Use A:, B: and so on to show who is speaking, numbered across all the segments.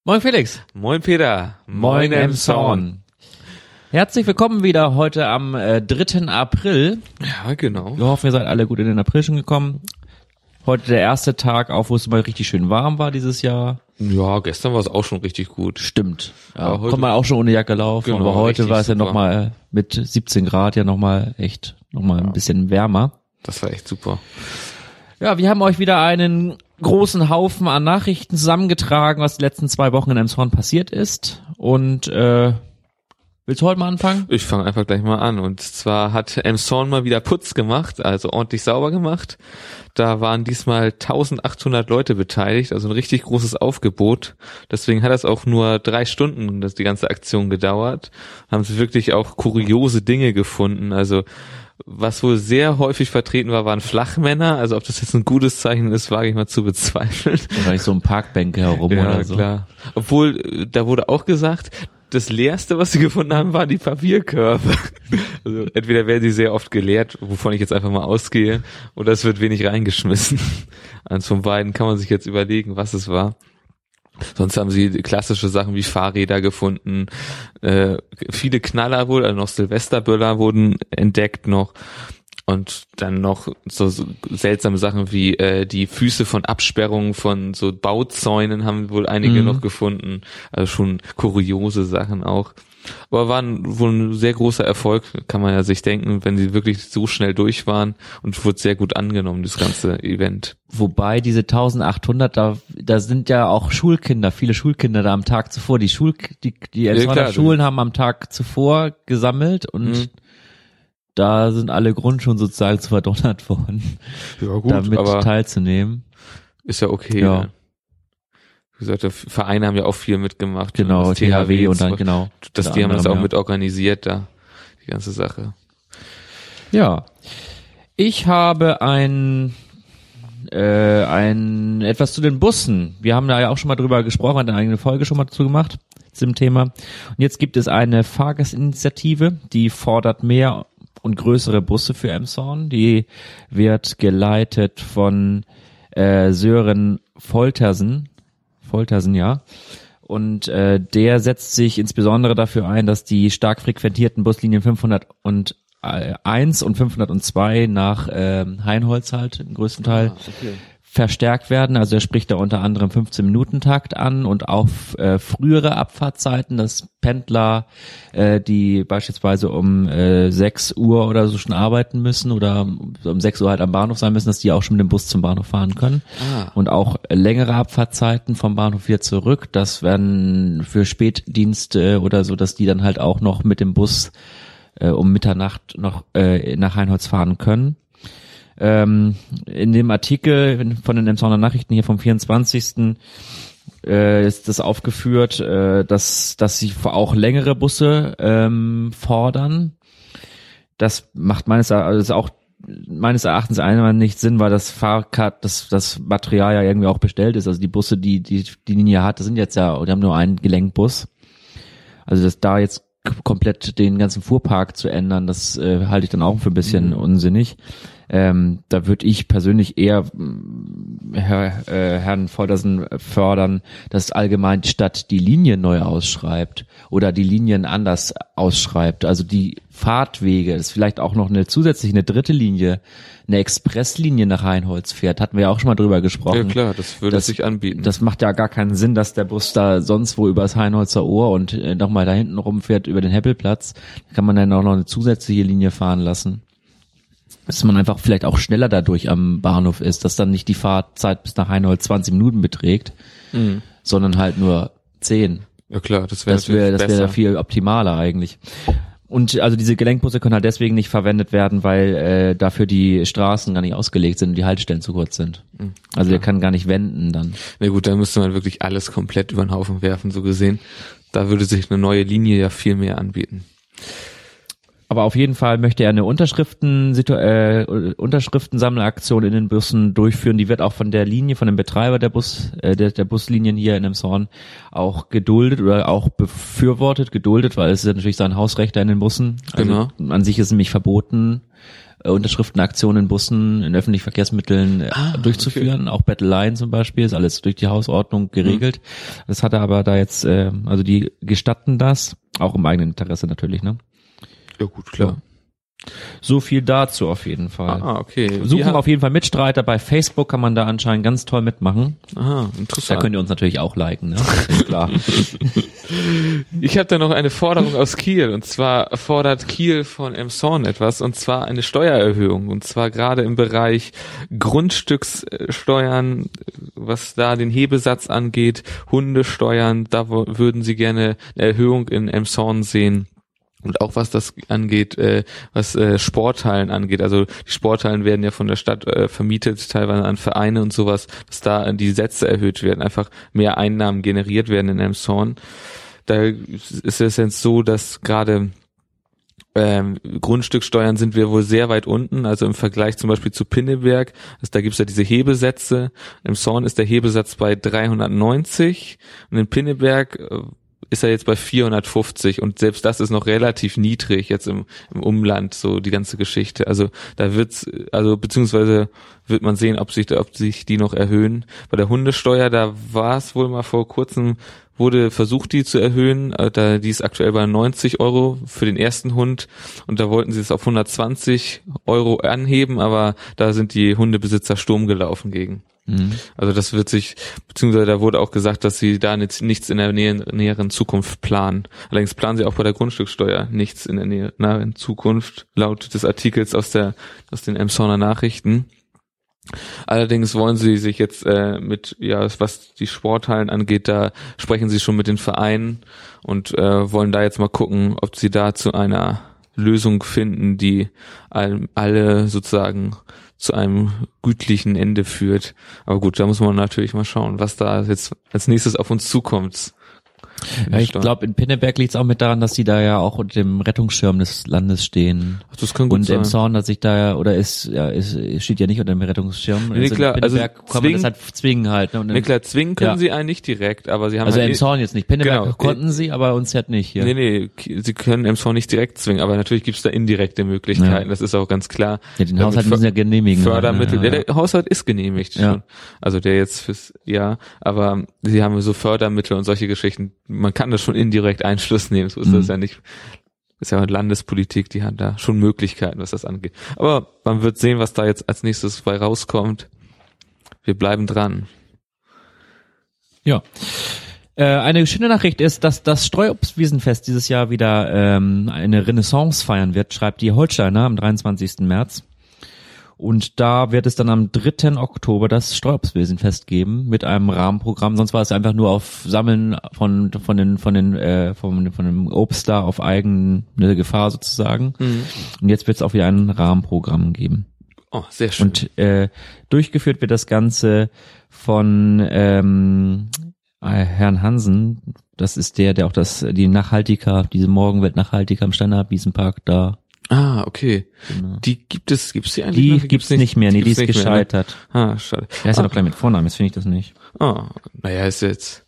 A: Moin Felix.
B: Moin Peter.
A: Moin Emshorn. Herzlich willkommen wieder heute am 3. April.
B: Ja, genau.
A: Wir hoffen, ihr seid alle gut in den April schon gekommen. Heute der erste Tag, auch wo es mal richtig schön warm war dieses Jahr.
B: Ja, gestern war es auch schon richtig gut.
A: Stimmt. Ja,
B: Aber heute,
A: konnte man auch schon ohne Jacke laufen,
B: genau,
A: aber heute war es ja
B: super.
A: nochmal mit 17 Grad ja nochmal ein bisschen wärmer.
B: Das war echt super.
A: Ja, wir haben euch wieder einen großen Haufen an Nachrichten zusammengetragen, was die letzten 2 Wochen in Emshorn passiert ist. Und willst du heute mal anfangen?
B: Ich fange einfach gleich mal an. Und zwar hat Emshorn mal wieder Putz gemacht, also ordentlich sauber gemacht. Da waren diesmal 1800 Leute beteiligt, also ein richtig großes Aufgebot. Deswegen hat das auch nur 3 Stunden, die ganze Aktion gedauert. Haben sie wirklich auch kuriose Dinge gefunden. Also was wohl sehr häufig vertreten war, waren Flachmänner. Also ob das jetzt ein gutes Zeichen ist, wage ich mal zu bezweifeln.
A: Wahrscheinlich so ein Parkbänke herum
B: Ja,
A: oder so.
B: klar. Obwohl, da wurde auch gesagt, das Leerste, was sie gefunden haben, waren die Papierkörbe. Also entweder werden die sehr oft geleert, wovon ich jetzt einfach mal ausgehe, oder es wird wenig reingeschmissen. Eins von beiden kann man sich jetzt überlegen, was es war. Sonst haben sie klassische Sachen wie Fahrräder gefunden, viele Knaller wohl, also noch Silvesterböller wurden entdeckt noch. Und dann noch so seltsame Sachen wie die Füße von Absperrungen von so Bauzäunen haben wohl einige noch gefunden. Also schon kuriose Sachen auch. Aber waren wohl ein sehr großer Erfolg, kann man ja sich denken, wenn sie wirklich so schnell durch waren, und wurde sehr gut angenommen, das ganze Event.
A: Wobei diese 1800, da sind ja auch Schulkinder, viele Schulkinder da am Tag zuvor. Die Emshorner Schulen haben am Tag zuvor gesammelt und da sind alle Grundschulen sozusagen zu verdonnert worden,
B: ja, gut,
A: damit
B: aber
A: teilzunehmen.
B: Ist ja okay.
A: Ja.
B: Ne? Wie gesagt, die Vereine haben ja auch viel mitgemacht.
A: Genau,
B: das
A: THW und dann, genau.
B: Die haben das auch mit organisiert da, die ganze Sache.
A: Ja. Ich habe etwas zu den Bussen. Wir haben da ja auch schon mal drüber gesprochen, eine eigene Folge schon mal dazu gemacht, zu dem Thema. Und jetzt gibt es eine Fahrgastinitiative, die fordert mehr und größere Busse für Emshorn. Die wird geleitet von Sören Foltersen, ja. Und der setzt sich insbesondere dafür ein, dass die stark frequentierten Buslinien 501 und 502 nach Hainholz halt im größten Teil verstärkt werden. Also er spricht da unter anderem 15-Minuten-Takt an und auch frühere Abfahrtzeiten, dass Pendler, die beispielsweise um 6 Uhr oder so schon arbeiten müssen oder um 6 Uhr halt am Bahnhof sein müssen, dass die auch schon mit dem Bus zum Bahnhof fahren können. Und auch längere Abfahrtzeiten vom Bahnhof wieder zurück, das werden für Spätdienste oder so, dass die dann halt auch noch mit dem Bus um Mitternacht noch nach Hainholz fahren können. In dem Artikel von den Emshorner Nachrichten hier vom 24. Ist das aufgeführt, dass sie auch längere Busse fordern. Das macht meines Erachtens einmal nicht Sinn, weil das das Material ja irgendwie auch bestellt ist. Also die Busse, die Linie hat, das sind jetzt ja, die haben nur einen Gelenkbus. Also dass da jetzt komplett den ganzen Fuhrpark zu ändern, das halte ich dann auch für ein bisschen unsinnig. Da würde ich persönlich eher Herrn Foltersen fördern, dass allgemein die Stadt die Linien neu ausschreibt oder die Linien anders ausschreibt. Also die Fahrtwege, dass vielleicht auch noch eine dritte Linie, eine Expresslinie nach Hainholz fährt. Hatten wir ja auch schon mal drüber gesprochen.
B: Ja klar, das würde sich anbieten.
A: Das macht ja gar keinen Sinn, dass der Bus da sonst wo übers Hainholzer Ohr und nochmal da hinten rumfährt über den Heppelplatz. Da kann man dann auch noch eine zusätzliche Linie fahren lassen. Dass man einfach vielleicht auch schneller dadurch am Bahnhof ist, dass dann nicht die Fahrzeit bis nach Hainholz 20 Minuten beträgt, sondern halt nur 10.
B: Ja klar, das wäre
A: viel optimaler eigentlich. Und also diese Gelenkbusse können halt deswegen nicht verwendet werden, weil dafür die Straßen gar nicht ausgelegt sind und die Haltestellen zu kurz sind. Also der kann gar nicht wenden dann.
B: Na gut, dann müsste man wirklich alles komplett über den Haufen werfen, so gesehen. Da würde sich eine neue Linie ja viel mehr anbieten.
A: Aber auf jeden Fall möchte er eine Unterschriftensammelaktion in den Bussen durchführen. Die wird auch von der Linie, von dem Betreiber der Buslinien hier in Emshorn auch geduldet oder auch geduldet, weil es ist ja natürlich sein Hausrecht da in den Bussen. Also an sich ist es nämlich verboten, Unterschriftenaktionen in Bussen, in öffentlichen Verkehrsmitteln durchzuführen. Okay. Auch Betteleien zum Beispiel, ist alles durch die Hausordnung geregelt. Das hat er aber da jetzt, also die gestatten das, auch im eigenen Interesse natürlich, ne?
B: Ja gut, klar.
A: So viel dazu auf jeden Fall.
B: Okay.
A: Suchen auf jeden Fall Mitstreiter. Bei Facebook kann man da anscheinend ganz toll mitmachen.
B: Interessant.
A: Da könnt ihr uns natürlich auch liken, ne? Ist klar.
B: Ich habe da noch eine Forderung aus Kiel. Und zwar fordert Kiel von Emshorn etwas. Und zwar eine Steuererhöhung. Und zwar gerade im Bereich Grundstückssteuern, was da den Hebesatz angeht, Hundesteuern. Da würden sie gerne eine Erhöhung in Emshorn sehen. Und auch was das angeht, was Sporthallen angeht, also die Sporthallen werden ja von der Stadt vermietet, teilweise an Vereine und sowas, dass da die Sätze erhöht werden, einfach mehr Einnahmen generiert werden in Emshorn. Da ist es jetzt so, dass gerade Grundstücksteuern sind wir wohl sehr weit unten, also im Vergleich zum Beispiel zu Pinneberg, da gibt's ja diese Hebesätze. Im Emshorn ist der Hebesatz bei 390 und in Pinneberg ist er jetzt bei 450 und selbst das ist noch relativ niedrig jetzt im Umland, so die ganze Geschichte. Also da beziehungsweise wird man sehen, ob sich die noch erhöhen. Bei der Hundesteuer, da war es wohl mal vor kurzem, wurde versucht, die zu erhöhen. Die ist aktuell bei 90 Euro für den ersten Hund und da wollten sie es auf 120 Euro anheben, aber da sind die Hundebesitzer Sturm gelaufen gegen. Also das wird sich, beziehungsweise da wurde auch gesagt, dass sie da nichts in der näheren Zukunft planen. Allerdings planen sie auch bei der Grundstücksteuer nichts in der nahen Zukunft, laut des Artikels aus den Emshorner Nachrichten. Allerdings wollen sie sich jetzt was die Sporthallen angeht, da sprechen sie schon mit den Vereinen und wollen da jetzt mal gucken, ob sie da zu einer Lösung finden, die alle sozusagen zu einem gütlichen Ende führt. Aber gut, da muss man natürlich mal schauen, was da jetzt als nächstes auf uns zukommt.
A: Ja, ich glaube, in Pinneberg liegt es auch mit daran, dass die da ja auch unter dem Rettungsschirm des Landes stehen.
B: Ach, das kann gut sein.
A: Und Emshorn hat sich da steht ja nicht unter dem Rettungsschirm.
B: Nee, klar,
A: in Pinneberg kann man das halt zwingen halt. Ne?
B: Nee, klar, zwingen können sie einen nicht direkt, aber sie haben
A: also
B: halt
A: Emshorn jetzt nicht. Pinneberg konnten sie, aber uns halt nicht hier.
B: Nee, sie können Emshorn nicht direkt zwingen, aber natürlich gibt's da indirekte Möglichkeiten, das ist auch ganz klar.
A: Ja, den Haushalt müssen ja genehmigen.
B: Fördermittel, der Haushalt ist genehmigt schon. Also der jetzt aber sie haben so Fördermittel und solche Geschichten, man kann das schon indirekt Einfluss nehmen, so ist das ja nicht. Ist ja Landespolitik, die hat da schon Möglichkeiten, was das angeht. Aber man wird sehen, was da jetzt als nächstes bei rauskommt. Wir bleiben dran.
A: Ja. Eine schöne Nachricht ist, dass das Streuobstwiesenfest dieses Jahr wieder eine Renaissance feiern wird, schreibt die Holsteiner am 23. März. Und da wird es dann am 3. Oktober das Streuobstwiesenfest geben mit einem Rahmenprogramm. Sonst war es einfach nur auf Sammeln von dem Obst da auf eigene Gefahr sozusagen. Und jetzt wird es auch wieder ein Rahmenprogramm geben.
B: Oh, sehr schön.
A: Und durchgeführt wird das Ganze von Herrn Hansen. Das ist der auch diese Morgenwelt Nachhaltiker im Steinhardt-Wiesenpark da.
B: Ah, okay.
A: Genau.
B: Gibt's die eigentlich?
A: Die gibt's nicht mehr, nee, die ist gescheitert.
B: Mehr, ne? Schade.
A: Der ist ja doch gleich mit Vornamen, jetzt finde ich das nicht.
B: Naja, ist jetzt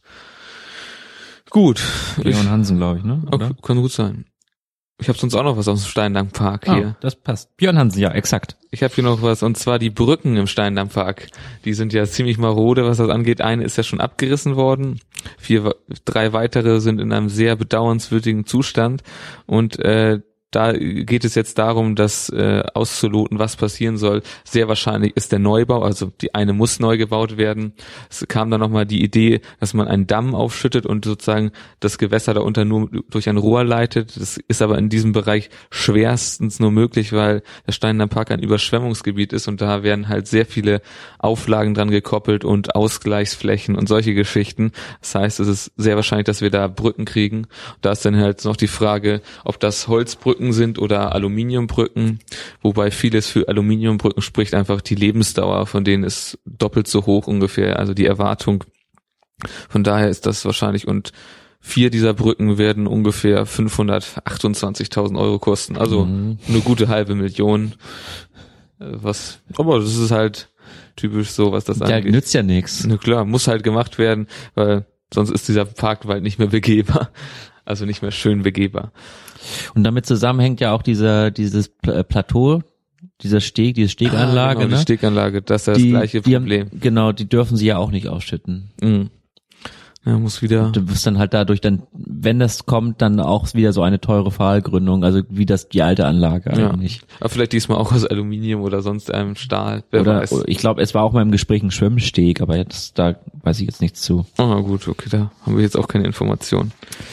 B: gut.
A: Leon Hansen, glaube ich, ne?
B: Okay, kann gut sein. Ich habe sonst auch noch was aus dem Steindammpark hier.
A: Das passt. Björn Hansen, ja, exakt.
B: Ich habe hier noch was, und zwar die Brücken im Steindammpark. Die sind ja ziemlich marode, was das angeht. Eine ist ja schon abgerissen worden. 3 weitere sind in einem sehr bedauernswürdigen Zustand. Und da geht es jetzt darum, das auszuloten, was passieren soll. Sehr wahrscheinlich ist der Neubau, also die eine muss neu gebaut werden. Es kam dann nochmal die Idee, dass man einen Damm aufschüttet und sozusagen das Gewässer darunter nur durch ein Rohr leitet. Das ist aber in diesem Bereich schwerstens nur möglich, weil der Steindammpark ein Überschwemmungsgebiet ist und da werden halt sehr viele Auflagen dran gekoppelt und Ausgleichsflächen und solche Geschichten. Das heißt, es ist sehr wahrscheinlich, dass wir da Brücken kriegen. Da ist dann halt noch die Frage, ob das Holzbrücken sind oder Aluminiumbrücken, wobei vieles für Aluminiumbrücken spricht, einfach die Lebensdauer von denen ist doppelt so hoch ungefähr, also die Erwartung. Von daher ist das wahrscheinlich, und 4 dieser Brücken werden ungefähr 528.000 Euro kosten. Also eine gute halbe Million. Aber das ist halt typisch so, was das angeht.
A: Ja, nützt ja nichts.
B: Na klar, muss halt gemacht werden, weil sonst ist dieser Parkwald nicht mehr begehbar. Also nicht mehr schön begehbar.
A: Und damit zusammenhängt ja auch dieses Plateau, diese Steganlage.
B: Genau,
A: ne?
B: Die Steganlage, das ist das gleiche Problem.
A: Die dürfen sie ja auch nicht ausschütten.
B: Mhm. Ja, muss wieder.
A: Du wirst dann halt dadurch dann, wenn das kommt, dann auch wieder so eine teure Pfahlgründung, also wie die alte Anlage eigentlich.
B: Ja. Aber vielleicht diesmal auch aus Aluminium oder sonst einem Stahl, wer weiß.
A: Ich glaube, es war auch mal im Gespräch ein Schwimmsteg, aber jetzt, da weiß ich jetzt nichts zu.
B: Ah, gut, okay, da haben wir jetzt auch keine Informationen.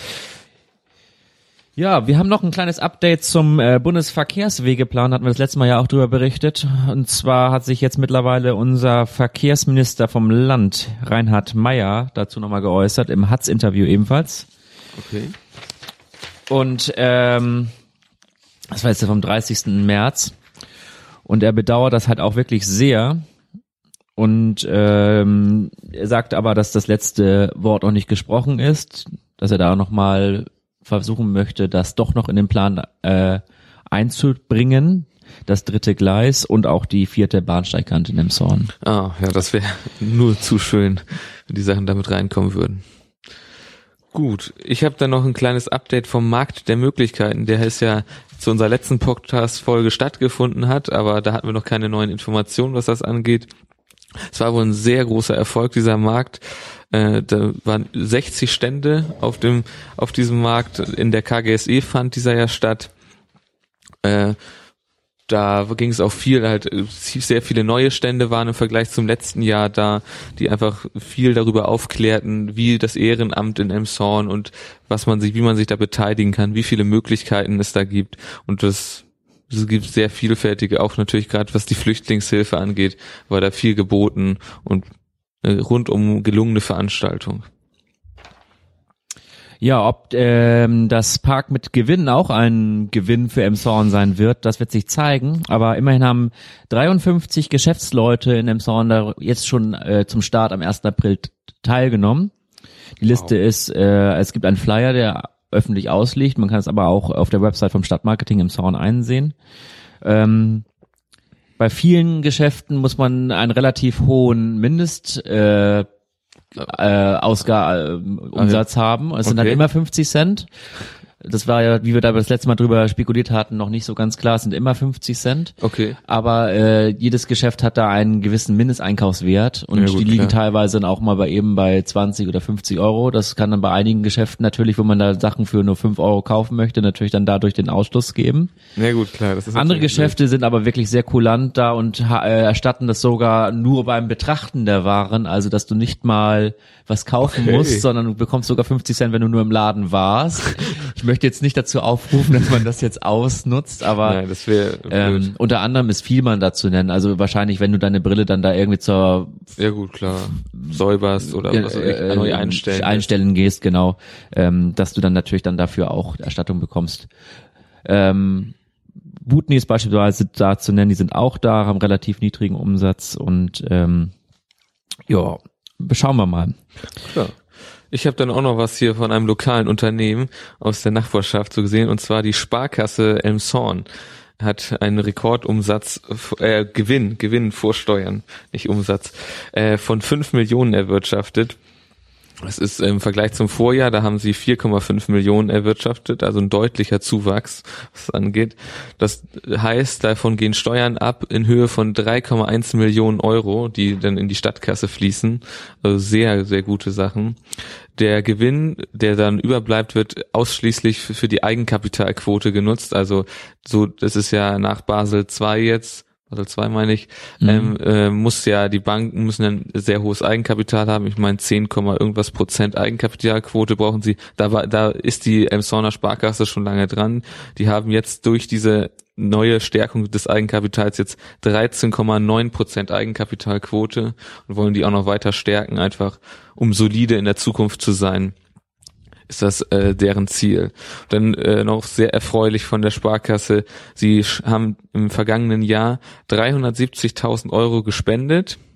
A: Ja, wir haben noch ein kleines Update zum Bundesverkehrswegeplan, hatten wir das letzte Mal ja auch drüber berichtet. Und zwar hat sich jetzt mittlerweile unser Verkehrsminister vom Land, Reinhard Meier, dazu nochmal geäußert, im Hatz-Interview ebenfalls.
B: Okay.
A: Und das war jetzt vom 30. März. Und er bedauert das halt auch wirklich sehr. Und er sagt aber, dass das letzte Wort noch nicht gesprochen ist, dass er da nochmal versuchen möchte, das doch noch in den Plan einzubringen, das 3. Gleis und auch die 4. Bahnsteigkante in Emshorn.
B: Ah, ja, das wäre nur zu schön, wenn die Sachen damit reinkommen würden. Gut, ich habe dann noch ein kleines Update vom Markt der Möglichkeiten, der ist ja zu unserer letzten Podcast-Folge stattgefunden hat, aber da hatten wir noch keine neuen Informationen, was das angeht. Es war wohl ein sehr großer Erfolg, dieser Markt. Da waren 60 Stände auf diesem Markt. In der KGSE fand dieser ja statt. Da ging es auch viel, sehr viele neue Stände waren im Vergleich zum letzten Jahr da, die einfach viel darüber aufklärten, wie das Ehrenamt in Emshorn und wie man sich da beteiligen kann, wie viele Möglichkeiten es da gibt. Und es gibt sehr vielfältige, auch natürlich gerade was die Flüchtlingshilfe angeht, war da viel geboten und rundum gelungene Veranstaltung.
A: Ja, ob das Park mit Gewinn auch ein Gewinn für Emshorn sein wird, das wird sich zeigen. Aber immerhin haben 53 Geschäftsleute in Emshorn da jetzt schon zum Start am 1. April teilgenommen. Die Liste ist, es gibt einen Flyer, der öffentlich ausliegt. Man kann es aber auch auf der Website vom Stadtmarketing Emshorn einsehen. Bei vielen Geschäften muss man einen relativ hohen Umsatz haben. Es sind dann immer 50 Cent. Das war ja, wie wir da das letzte Mal drüber spekuliert hatten, noch nicht so ganz klar. Es sind immer 50 Cent.
B: Okay.
A: Aber jedes Geschäft hat da einen gewissen Mindesteinkaufswert und die liegen teilweise dann auch mal bei 20 oder 50 Euro. Das kann dann bei einigen Geschäften natürlich, wo man da Sachen für nur 5 Euro kaufen möchte, natürlich dann dadurch den Ausschluss geben.
B: Ja gut, klar. Das ist
A: andere Geschäfte sind aber wirklich sehr kulant da und erstatten das sogar nur beim Betrachten der Waren, also dass du nicht mal was kaufen musst, sondern du bekommst sogar 50 Cent, wenn du nur im Laden warst. Ich möchte jetzt nicht dazu aufrufen, dass man das jetzt ausnutzt, aber
B: nein, das wäre
A: unter anderem ist Vielmann dazu nennen. Also wahrscheinlich, wenn du deine Brille dann da irgendwie
B: säuberst oder was weiß ich, neu einstellen
A: gehst, genau, dass du dann natürlich dann dafür auch Erstattung bekommst. Butni ist beispielsweise da zu nennen, die sind auch da, haben relativ niedrigen Umsatz und schauen wir mal.
B: Klar. Ich habe dann auch noch was hier von einem lokalen Unternehmen aus der Nachbarschaft so gesehen, und zwar die Sparkasse Emshorn hat einen Rekordumsatz, Gewinn vor Steuern, nicht Umsatz, von 5 Millionen erwirtschaftet. Das ist im Vergleich zum Vorjahr, da haben sie 4,5 Millionen erwirtschaftet, also ein deutlicher Zuwachs, was das angeht. Das heißt, davon gehen Steuern ab in Höhe von 3,1 Millionen Euro, die dann in die Stadtkasse fließen. Also sehr, sehr gute Sachen. Der Gewinn, der dann überbleibt, wird ausschließlich für die Eigenkapitalquote genutzt. Also so, das ist ja nach Basel II jetzt, Basel II meine ich, die Banken müssen ein sehr hohes Eigenkapital haben. Ich meine 10, irgendwas Prozent Eigenkapitalquote brauchen sie. Da ist die Emshorner Sparkasse schon lange dran. Die haben jetzt durch diese neue Stärkung des Eigenkapitals jetzt 13,9% Eigenkapitalquote und wollen die auch noch weiter stärken, einfach um solide in der Zukunft zu sein. Ist das deren Ziel. Dann noch sehr erfreulich von der Sparkasse, sie haben im vergangenen Jahr 370.000 Euro gespendet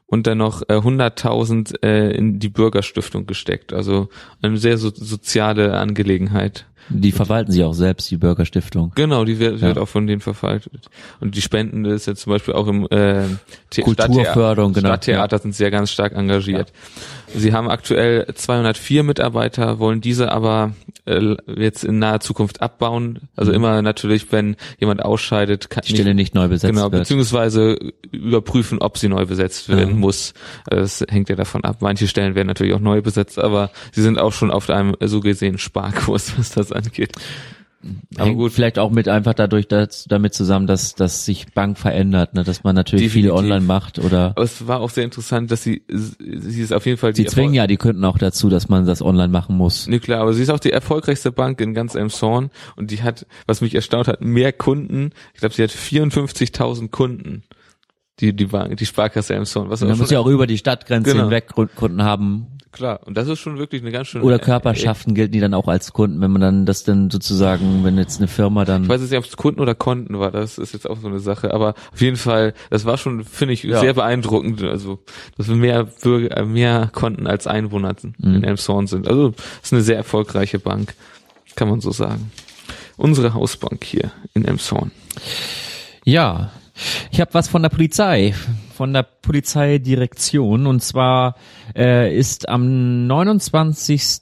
B: und dann noch 100.000 in die Bürgerstiftung gesteckt. Also eine sehr soziale Angelegenheit.
A: Die verwalten sie auch selbst, die Bürgerstiftung.
B: Genau, die wird auch von denen verwaltet. Und die Spenden ist jetzt zum Beispiel auch im
A: Kulturförderung,
B: Stadttheater sind sie ja ganz stark engagiert. Ja. Sie haben aktuell 204 Mitarbeiter, wollen diese aber jetzt in naher Zukunft abbauen. Also immer natürlich, wenn jemand ausscheidet, kann
A: die Stelle nicht neu besetzt wird.
B: Beziehungsweise überprüfen, ob sie neu besetzt werden muss. Das hängt ja davon ab. Manche Stellen werden natürlich auch neu besetzt, aber sie sind auch schon auf einem so gesehen Sparkurs, was das angeht.
A: Aber gut, vielleicht auch mit einfach dadurch damit zusammen, dass sich Bank verändert, ne, dass man natürlich
B: definitiv
A: viel online macht oder.
B: Aber es war auch sehr interessant, dass sie ist auf jeden Fall
A: sie zwingen ja, die könnten auch dazu, dass man das online machen muss.
B: Nee, klar, aber sie ist auch die erfolgreichste Bank in ganz Elmshorn und die hat, was mich erstaunt hat, mehr Kunden. Ich glaube, sie hat 54.000 Kunden. Die Bank, die Sparkasse Elmshorn. Was
A: man muss ja auch über die Stadtgrenze hinweg Kunden haben.
B: Klar, und das ist schon wirklich eine ganz schöne...
A: Oder Körperschaften gelten die dann auch als Kunden, wenn man dann das dann sozusagen, wenn jetzt eine Firma dann...
B: Ich weiß jetzt nicht, ob es Kunden oder Konten war, das ist jetzt auch so eine Sache, aber auf jeden Fall, das war schon, finde ich, sehr beeindruckend, also, dass wir mehr Konten als Einwohner in Elmshorn sind. Also, das ist eine sehr erfolgreiche Bank, kann man so sagen. Unsere Hausbank hier in Elmshorn.
A: Ja, ich habe was von der Polizei. Von der Polizeidirektion, und zwar ist am 29.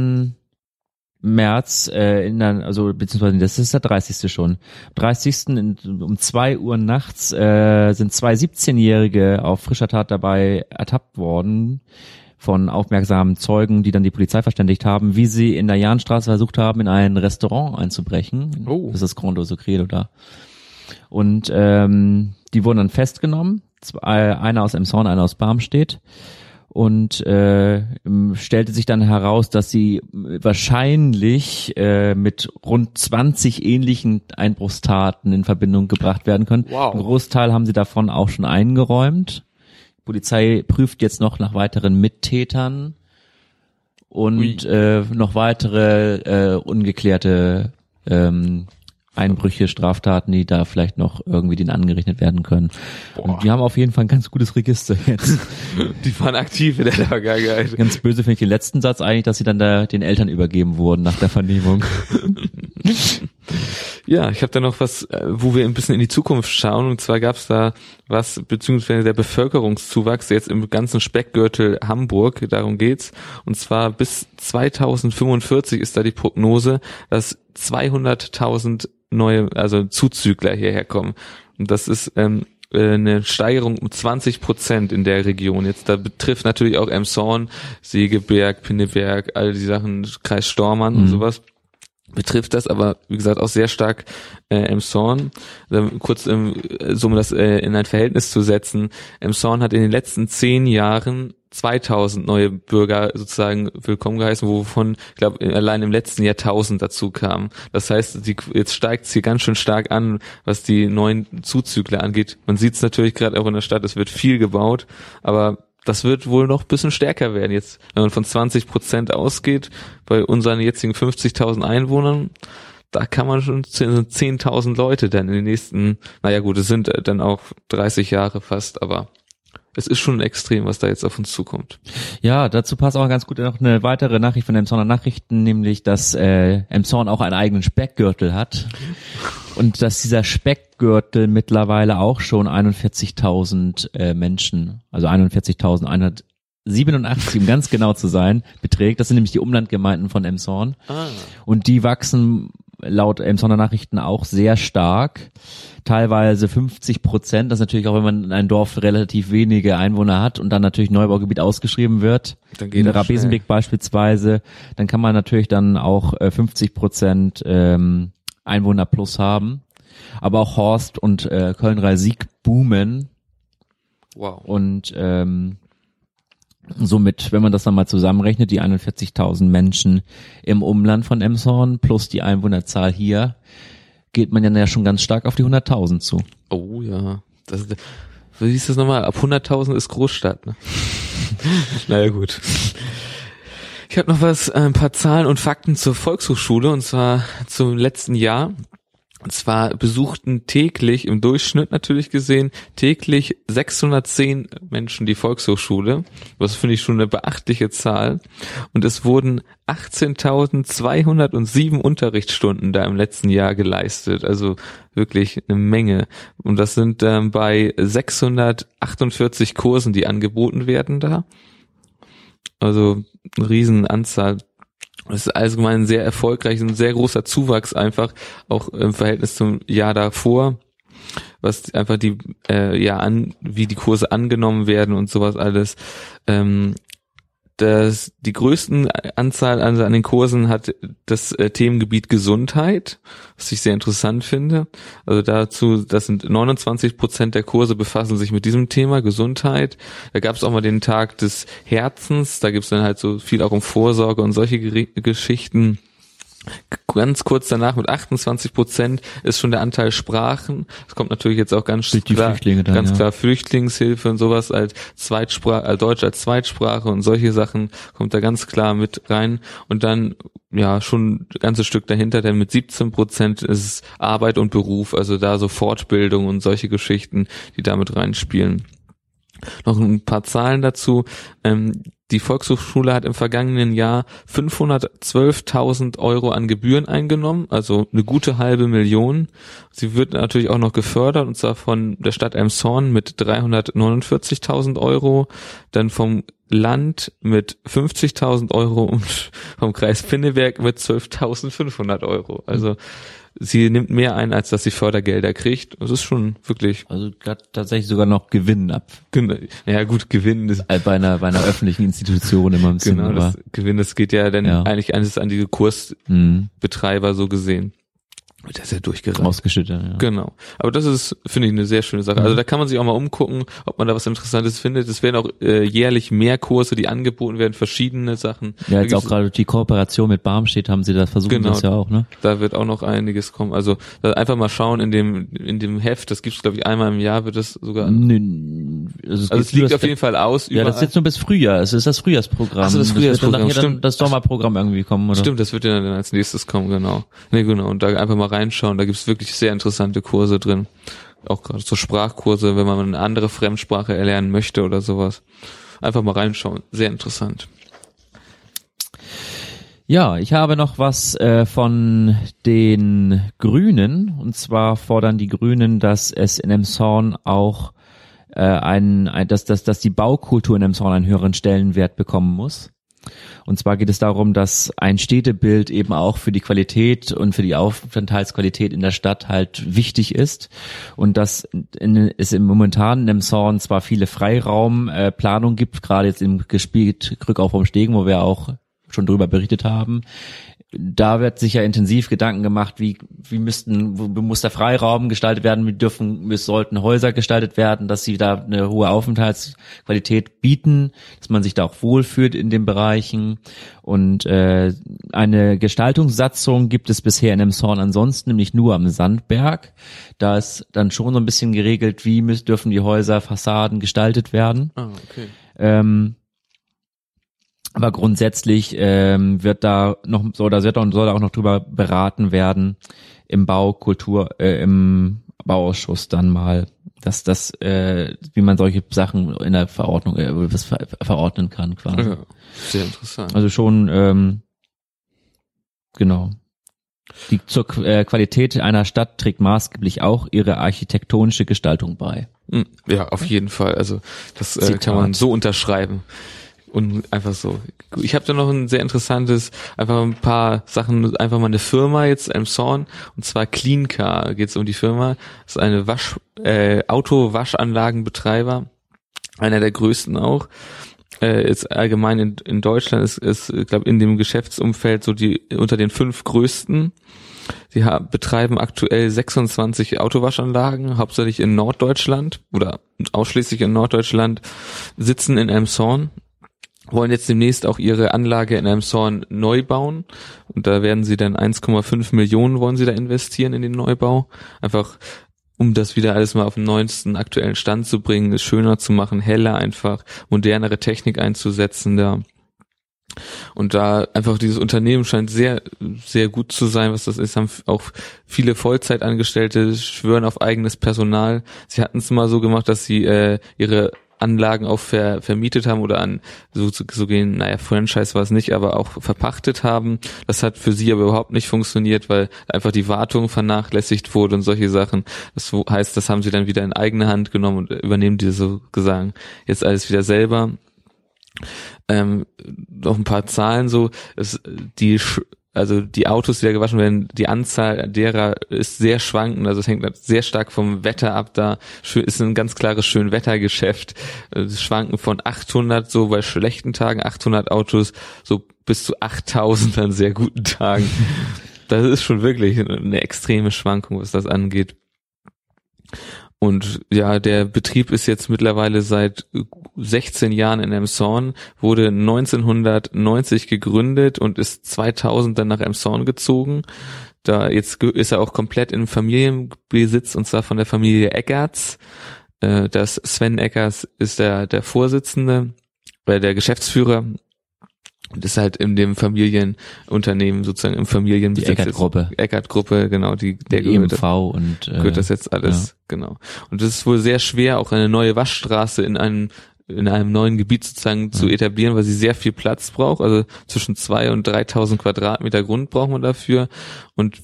A: März beziehungsweise das ist der 30. schon. 30. um 2 Uhr nachts sind 2 17-Jährige auf frischer Tat dabei ertappt worden von aufmerksamen Zeugen, die dann die Polizei verständigt haben, wie sie in der Jahnstraße versucht haben, in ein Restaurant einzubrechen.
B: Oh.
A: Das ist das Grand Secreto da. Und die wurden dann festgenommen. Einer aus Elmshorn, einer aus Barmstedt. Und stellte sich dann heraus, dass sie wahrscheinlich mit rund 20 ähnlichen Einbruchstaten in Verbindung gebracht werden können.
B: Wow.
A: Ein Großteil haben sie davon auch schon eingeräumt. Die Polizei prüft jetzt noch nach weiteren Mittätern und noch weitere ungeklärte Einbrüche, Straftaten, die da vielleicht noch irgendwie denen angerechnet werden können. Und die haben auf jeden Fall ein ganz gutes Register jetzt.
B: Die waren aktiv in der Vergangenheit.
A: Ganz böse finde ich den letzten Satz eigentlich, dass sie dann da den Eltern übergeben wurden nach der Vernehmung.
B: Ja, ich habe da noch was, wo wir ein bisschen in die Zukunft schauen. Und zwar gab es da was, beziehungsweise der Bevölkerungszuwachs jetzt im ganzen Speckgürtel Hamburg, darum geht's. Und zwar bis 2045 ist da die Prognose, dass 200.000 neue, also Zuzügler hierher kommen. Und das ist eine Steigerung um 20% in der Region. Jetzt da betrifft natürlich auch Elmshorn, Segeberg, Pinneberg, all die Sachen, Kreis Stormarn und sowas. Betrifft das aber, wie gesagt, auch sehr stark Elmshorn. Kurz, um das in ein Verhältnis zu setzen, Elmshorn hat in den letzten 10 Jahren 2000 neue Bürger sozusagen willkommen geheißen, wovon, ich glaube, allein im letzten Jahr 1000 dazu kamen. Das heißt, jetzt steigt es hier ganz schön stark an, was die neuen Zuzügler angeht. Man sieht es natürlich gerade auch in der Stadt, es wird viel gebaut, aber das wird wohl noch ein bisschen stärker werden jetzt. Wenn man von 20% ausgeht, bei unseren jetzigen 50.000 Einwohnern, da kann man schon 10.000 Leute dann in den nächsten, naja gut, es sind dann auch 30 Jahre fast, aber es ist schon extrem, was da jetzt auf uns zukommt.
A: Ja, dazu passt auch ganz gut noch eine weitere Nachricht von Elmshorner Nachrichten, nämlich, dass Elmshorn auch einen eigenen Speckgürtel hat und dass dieser Speckgürtel mittlerweile auch schon 41.000 Menschen, also 41.187, um ganz genau zu sein, beträgt. Das sind nämlich die Umlandgemeinden von Elmshorn. Und die wachsen laut Elmshorner Nachrichten auch sehr stark, teilweise 50%. Das ist natürlich auch, wenn man in einem Dorf relativ wenige Einwohner hat und dann natürlich Neubaugebiet ausgeschrieben wird, in Rabesenbeek beispielsweise, dann kann man natürlich dann auch 50% Einwohner plus haben. Aber auch Horst und Köln-Rhein-Sieg boomen.
B: Wow.
A: Und somit, wenn man das dann mal zusammenrechnet, die 41.000 Menschen im Umland von Elmshorn plus die Einwohnerzahl hier, geht man ja schon ganz stark auf die 100.000 zu.
B: Oh ja, wie hieß das nochmal? Ab 100.000 ist Großstadt, ne? Naja gut. Ich habe noch ein paar Zahlen und Fakten zur Volkshochschule und zwar zum letzten Jahr. Und zwar besuchten täglich, im Durchschnitt natürlich gesehen, täglich 610 Menschen die Volkshochschule. Das finde ich schon eine beachtliche Zahl. Und es wurden 18.207 Unterrichtsstunden da im letzten Jahr geleistet. Also wirklich eine Menge. Und das sind bei 648 Kursen, die angeboten werden da. Also eine Riesenanzahl. Das ist allgemein sehr erfolgreich, ein sehr großer Zuwachs einfach, auch im Verhältnis zum Jahr davor, was einfach wie die Kurse angenommen werden und sowas alles. Die größten Anzahl an den Kursen hat das Themengebiet Gesundheit, was ich sehr interessant finde. Also das sind 29% der Kurse befassen sich mit diesem Thema Gesundheit. Da gab es auch mal den Tag des Herzens, da gibt es dann halt so viel auch um Vorsorge und solche Geschichten. Ganz kurz danach mit 28% ist schon der Anteil Sprachen. Es kommt natürlich jetzt auch ganz klar Flüchtlingshilfe und sowas als Zweitsprache, Deutsch als Zweitsprache und solche Sachen kommt da ganz klar mit rein. Und dann schon ein ganzes Stück dahinter, denn mit 17% ist es Arbeit und Beruf, also da so Fortbildung und solche Geschichten, die da mit reinspielen. Noch ein paar Zahlen dazu. Die Volkshochschule hat im vergangenen Jahr 512.000 Euro an Gebühren eingenommen, also eine gute halbe Million. Sie wird natürlich auch noch gefördert, und zwar von der Stadt Elmshorn mit 349.000 Euro, dann vom Land mit 50.000 Euro und vom Kreis Pinneberg mit 12.500 Euro. Also sie nimmt mehr ein, als dass sie Fördergelder kriegt. Das ist schon wirklich.
A: Also tatsächlich sogar noch Gewinn ab.
B: Ja gut, Gewinn ist
A: bei einer öffentlichen Institution immer ein bisschen.
B: Genau, das Gewinn, das geht ja dann eigentlich eines an die Kursbetreiber so gesehen. Das ist ja durchgereicht.
A: Ausgeschüttet, ja.
B: Genau. Aber das ist, finde ich, eine sehr schöne Sache. Also da kann man sich auch mal umgucken, ob man da was Interessantes findet. Es werden auch jährlich mehr Kurse, die angeboten werden, verschiedene Sachen.
A: Ja, jetzt auch gerade die Kooperation mit Barmstedt haben sie das versucht, das ja auch, ne?
B: Da wird auch noch einiges kommen. Also einfach mal schauen in dem Heft, das gibt's glaube ich einmal im Jahr, wird das sogar. Also es liegt auf jeden Fall aus.
A: Ja, das ist jetzt nur bis Frühjahr. Es ist das Frühjahrsprogramm.
B: Also das Frühjahrsprogramm,
A: stimmt. Das Sommerprogramm irgendwie kommen, oder?
B: Stimmt, das wird ja dann als nächstes kommen, genau. Nee, genau. Und da einfach mal reinschauen, da gibt's wirklich sehr interessante Kurse drin. Auch gerade so Sprachkurse, wenn man eine andere Fremdsprache erlernen möchte oder sowas. Einfach mal reinschauen, sehr interessant.
A: Ja, ich habe noch was von den Grünen, und zwar fordern die Grünen, dass es in Elmshorn auch dass die Baukultur in Elmshorn einen höheren Stellenwert bekommen muss. Und zwar geht es darum, dass ein Städtebild eben auch für die Qualität und für die Aufenthaltsqualität in der Stadt halt wichtig ist, und dass es momentan in Elmshorn zwar viele Freiraumplanungen gibt, gerade jetzt im Gebiet Krückau vom Stegen, wo wir auch schon drüber berichtet haben. Da wird sicher intensiv Gedanken gemacht, wie muss der Freiraum gestaltet werden, wie sollten Häuser gestaltet werden, dass sie da eine hohe Aufenthaltsqualität bieten, dass man sich da auch wohlfühlt in den Bereichen. Und eine Gestaltungssatzung gibt es bisher in Elmshorn ansonsten, nämlich nur am Sandberg. Da ist dann schon so ein bisschen geregelt, wie dürfen die Häuser, Fassaden gestaltet werden.
B: Ah, okay.
A: Aber grundsätzlich wird da noch soll da auch noch drüber beraten werden im im Bauausschuss dann mal, dass wie man solche Sachen in der Verordnung verordnen kann quasi.
B: Ja, sehr interessant.
A: Also schon genau. Zur Qualität einer Stadt trägt maßgeblich auch ihre architektonische Gestaltung bei.
B: Ja, auf jeden Fall. Also das kann man so unterschreiben. Und einfach so. Ich habe da noch ein sehr interessantes, einfach ein paar Sachen, einfach mal eine Firma jetzt Elmshorn, und zwar Clean Car geht es um die Firma. Das ist eine Auto-Waschanlagenbetreiber, einer der größten auch. Ist allgemein in Deutschland ist glaube in dem Geschäftsumfeld so unter den 5 größten. Sie betreiben aktuell 26 Autowaschanlagen, hauptsächlich in Norddeutschland oder ausschließlich in Norddeutschland, sitzen in Elmshorn. Wollen jetzt demnächst auch ihre Anlage in Elmshorn neu bauen, und da werden sie dann 1,5 Millionen wollen sie da investieren in den Neubau, einfach um das wieder alles mal auf den neuesten aktuellen Stand zu bringen, es schöner zu machen, heller, einfach modernere Technik einzusetzen da. Und da einfach dieses Unternehmen scheint sehr, sehr gut zu sein, was das ist, haben auch viele Vollzeitangestellte, schwören auf eigenes Personal. Sie hatten es mal so gemacht, dass sie ihre Anlagen auch vermietet haben oder an so gehen, Franchise war es nicht, aber auch verpachtet haben. Das hat für sie aber überhaupt nicht funktioniert, weil einfach die Wartung vernachlässigt wurde und solche Sachen. Das heißt, das haben sie dann wieder in eigene Hand genommen und übernehmen die sozusagen jetzt alles wieder selber. Noch ein paar Zahlen so, die Autos, die da gewaschen werden, die Anzahl derer ist sehr schwankend, also es hängt sehr stark vom Wetter ab, da ist ein ganz klares Schönwettergeschäft, das schwanken von 800 so bei schlechten Tagen, 800 Autos so bis zu 8000 an sehr guten Tagen. Das ist schon wirklich eine extreme Schwankung, was das angeht. Und ja, der Betrieb ist jetzt mittlerweile seit 16 Jahren in Elmshorn, wurde 1990 gegründet und ist 2000 dann nach Elmshorn gezogen. Da jetzt ist er auch komplett in Familienbesitz, und zwar von der Familie Eckertz. Das Sven Eckertz ist der Vorsitzende, der Geschäftsführer. Und ist halt in dem Familienunternehmen sozusagen im Familienbesitz.
A: Die Eckert-Gruppe.
B: Eckert-Gruppe, genau, der
A: EMV und
B: gehört das jetzt alles, genau. Und es ist wohl sehr schwer, auch eine neue Waschstraße in einem neuen Gebiet sozusagen zu etablieren, weil sie sehr viel Platz braucht. Also zwischen 2.000 und 3.000 Quadratmeter Grund braucht man dafür. Und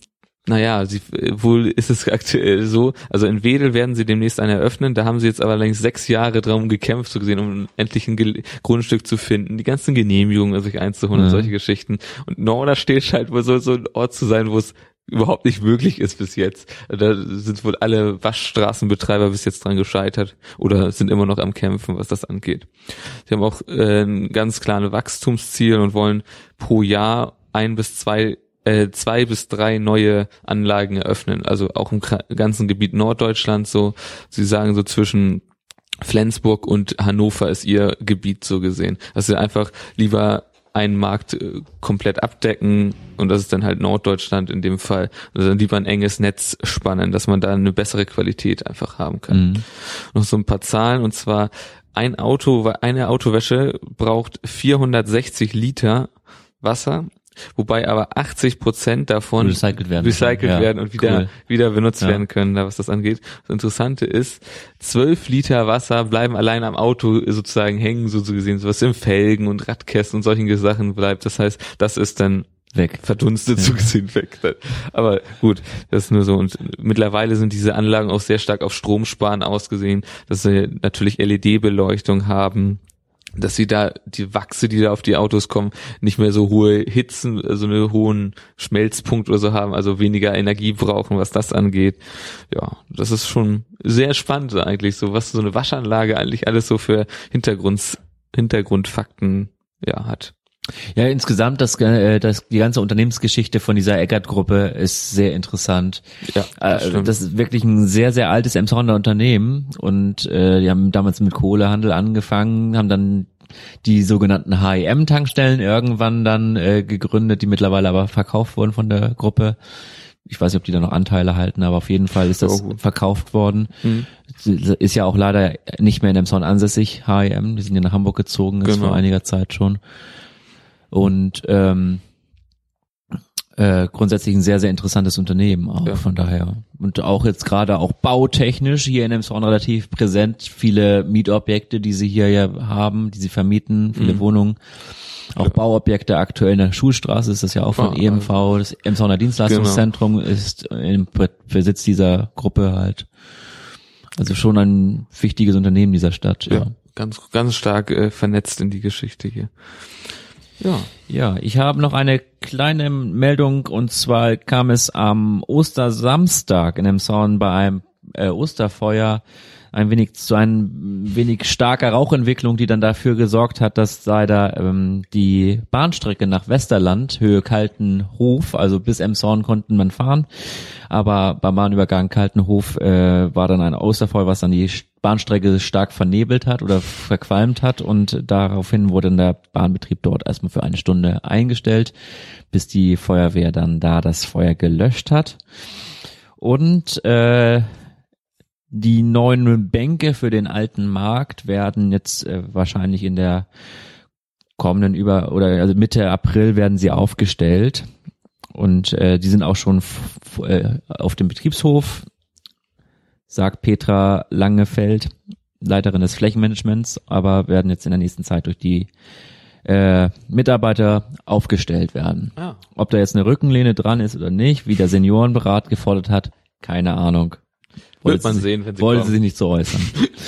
B: wohl ist es aktuell so, also in Wedel werden sie demnächst eine eröffnen, da haben sie jetzt aber längst 6 Jahre darum gekämpft, so gesehen, um endlich ein Grundstück zu finden, die ganzen Genehmigungen sich einzuholen und solche Geschichten. Und Norderstedt scheint wohl so ein Ort zu sein, wo es überhaupt nicht möglich ist bis jetzt. Da sind wohl alle Waschstraßenbetreiber bis jetzt dran gescheitert oder sind immer noch am Kämpfen, was das angeht. Sie haben auch ein ganz klares Wachstumsziel und wollen pro Jahr 2 bis 3 neue Anlagen eröffnen, also auch im ganzen Gebiet Norddeutschland so. Sie sagen so zwischen Flensburg und Hannover ist ihr Gebiet so gesehen. Dass sie einfach lieber einen Markt komplett abdecken und das ist dann halt Norddeutschland in dem Fall. Also dann lieber ein enges Netz spannen, dass man da eine bessere Qualität einfach haben kann. Noch so ein paar Zahlen, und zwar eine Autowäsche braucht 460 Liter Wasser, wobei aber 80% davon recycelt werden und wieder benutzt werden können, was das angeht. Das Interessante ist, 12 Liter Wasser bleiben allein am Auto sozusagen hängen, so gesehen, was im Felgen und Radkästen und solchen Sachen bleibt. Das heißt, das ist dann
A: weg,
B: verdunstet, so gesehen weg. Aber gut, das ist nur so. Und mittlerweile sind diese Anlagen auch sehr stark auf Stromsparen ausgesehen, dass sie natürlich LED-Beleuchtung haben, dass sie da die Wachse, die da auf die Autos kommen, nicht mehr so hohe Hitzen, so einen hohen Schmelzpunkt oder so haben, also weniger Energie brauchen, was das angeht. Ja, das ist schon sehr spannend eigentlich, so was so eine Waschanlage eigentlich alles so für Hintergrundfakten hat.
A: Ja, insgesamt die ganze Unternehmensgeschichte von dieser Eckert-Gruppe ist sehr interessant.
B: Ja,
A: das ist wirklich ein sehr, sehr altes Elmshorner Unternehmen und die haben damals mit Kohlehandel angefangen, haben dann die sogenannten H&M-Tankstellen irgendwann dann gegründet, die mittlerweile aber verkauft wurden von der Gruppe. Ich weiß nicht, ob die da noch Anteile halten, aber auf jeden Fall ist das verkauft worden. Ist ja auch leider nicht mehr in Elmshorn ansässig, H&M, die sind ja nach Hamburg gezogen, ist vor einiger Zeit schon. Und grundsätzlich ein sehr, sehr interessantes Unternehmen auch, von daher. Und auch jetzt gerade auch bautechnisch hier in Elmshorn relativ präsent, viele Mietobjekte, die sie hier ja haben, die sie vermieten, viele Wohnungen. Auch Bauobjekte aktuell in der Schulstraße ist das ja auch von EMV, das Elmshorner Dienstleistungszentrum ist im Besitz dieser Gruppe halt. Also schon ein wichtiges Unternehmen dieser Stadt.
B: Ja, ganz, ganz stark vernetzt in die Geschichte hier.
A: Ja, ich habe noch eine kleine Meldung, und zwar kam es am Ostersamstag in Elmshorn bei einem Osterfeuer zu ein wenig starker Rauchentwicklung, die dann dafür gesorgt hat, dass leider die Bahnstrecke nach Westerland, Höhe Kaltenhof, also bis Elmshorn konnten man fahren, aber beim Bahnübergang Kaltenhof war dann ein Osterfeuer, was dann die Bahnstrecke stark vernebelt hat oder verqualmt hat, und daraufhin wurde dann der Bahnbetrieb dort erstmal für 1 Stunde eingestellt, bis die Feuerwehr dann da das Feuer gelöscht hat. Und die neuen Bänke für den alten Markt werden jetzt wahrscheinlich in der also Mitte April werden sie aufgestellt und die sind auch schon auf dem Betriebshof, sagt Petra Langefeld, Leiterin des Flächenmanagements, aber werden jetzt in der nächsten Zeit durch die Mitarbeiter aufgestellt werden.
B: Ah.
A: Ob da jetzt eine Rückenlehne dran ist oder nicht, wie der Seniorenberat gefordert hat, keine Ahnung.
B: Wird man sehen, wenn sie
A: wollte
B: kommen.
A: sie nicht so äußern.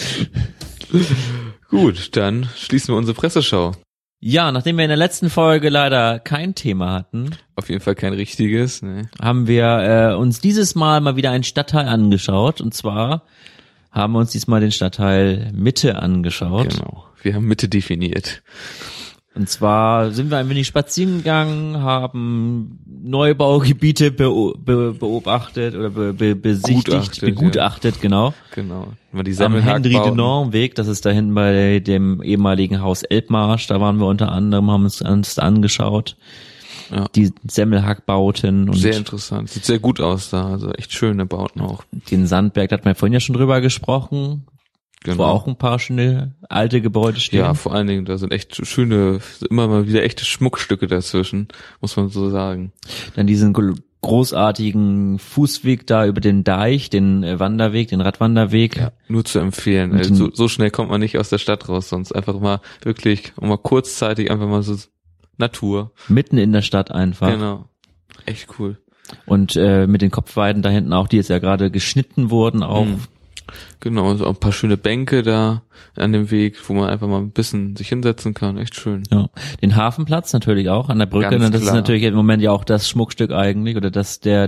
B: Gut, dann schließen wir unsere Presseschau.
A: Ja, nachdem wir in der letzten Folge leider kein Thema hatten,
B: Auf jeden Fall kein richtiges, ne?
A: haben wir uns dieses Mal mal wieder einen Stadtteil angeschaut. Und zwar haben wir uns diesmal den Stadtteil Mitte angeschaut.
B: Genau. Wir haben Mitte definiert.
A: Und zwar sind wir ein wenig spazieren gegangen, haben Neubaugebiete beobachtet oder begutachtet, genau.
B: Genau. Mal die
A: Am
B: Semmelhag-Bauten.
A: Henry-Dunant-Weg, das ist da hinten bei dem ehemaligen Haus Elbmarsch, da waren wir unter anderem, haben uns da angeschaut.
B: Ja.
A: Die Semmelhag-Bauten und
B: Sehr interessant. Sieht sehr gut aus da. Also echt schöne Bauten auch.
A: den Sandberg, da hat man vorhin ja schon drüber gesprochen,
B: Genau.
A: wo auch ein paar schöne alte Gebäude stehen.
B: Ja, vor allen Dingen, da sind echt schöne, immer mal wieder echte Schmuckstücke dazwischen, muss man so sagen.
A: Dann diesen großartigen Fußweg da über den Deich, den Wanderweg, den Radwanderweg.
B: Ja, nur zu empfehlen.
A: Und
B: Also so schnell kommt man nicht aus der Stadt raus, sonst einfach mal wirklich, mal kurzzeitig einfach mal so Natur.
A: Mitten in der Stadt einfach.
B: Genau. Echt cool.
A: Und mit den Kopfweiden da hinten auch, die jetzt ja gerade geschnitten wurden auch.
B: Genau, so ein paar schöne Bänke da an dem Weg, wo man einfach mal ein bisschen sich hinsetzen kann. Echt schön.
A: Ja, den Hafenplatz natürlich auch an der Brücke.
B: Ganz
A: Das
B: klar.
A: ist natürlich im Moment ja auch das Schmuckstück eigentlich oder das da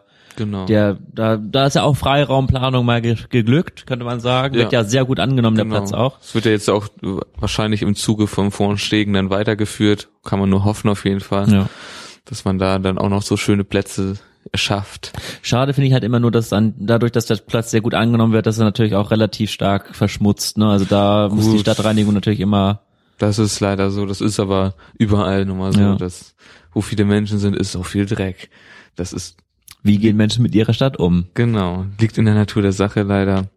A: ist ja auch Freiraumplanung mal geglückt, könnte man sagen.
B: Ja.
A: Wird ja sehr gut angenommen,
B: Genau.
A: der Platz auch.
B: Es wird ja jetzt auch wahrscheinlich im Zuge vom Vorstegen dann weitergeführt. Kann man nur hoffen auf jeden Fall,
A: Ja.
B: dass man da dann auch noch so schöne Plätze erschafft.
A: Schade finde ich halt immer nur, dass dadurch, dass der Platz sehr gut angenommen wird, dass er natürlich auch relativ stark verschmutzt. Ne? Also da muss die
B: Gut.
A: Stadtreinigung natürlich immer.
B: Das ist leider so. Das ist aber überall nun mal so,
A: Ja.
B: dass wo viele Menschen sind, ist auch viel Dreck. Das ist
A: Wie gehen Menschen mit ihrer Stadt um?
B: genau, liegt in der Natur der Sache leider.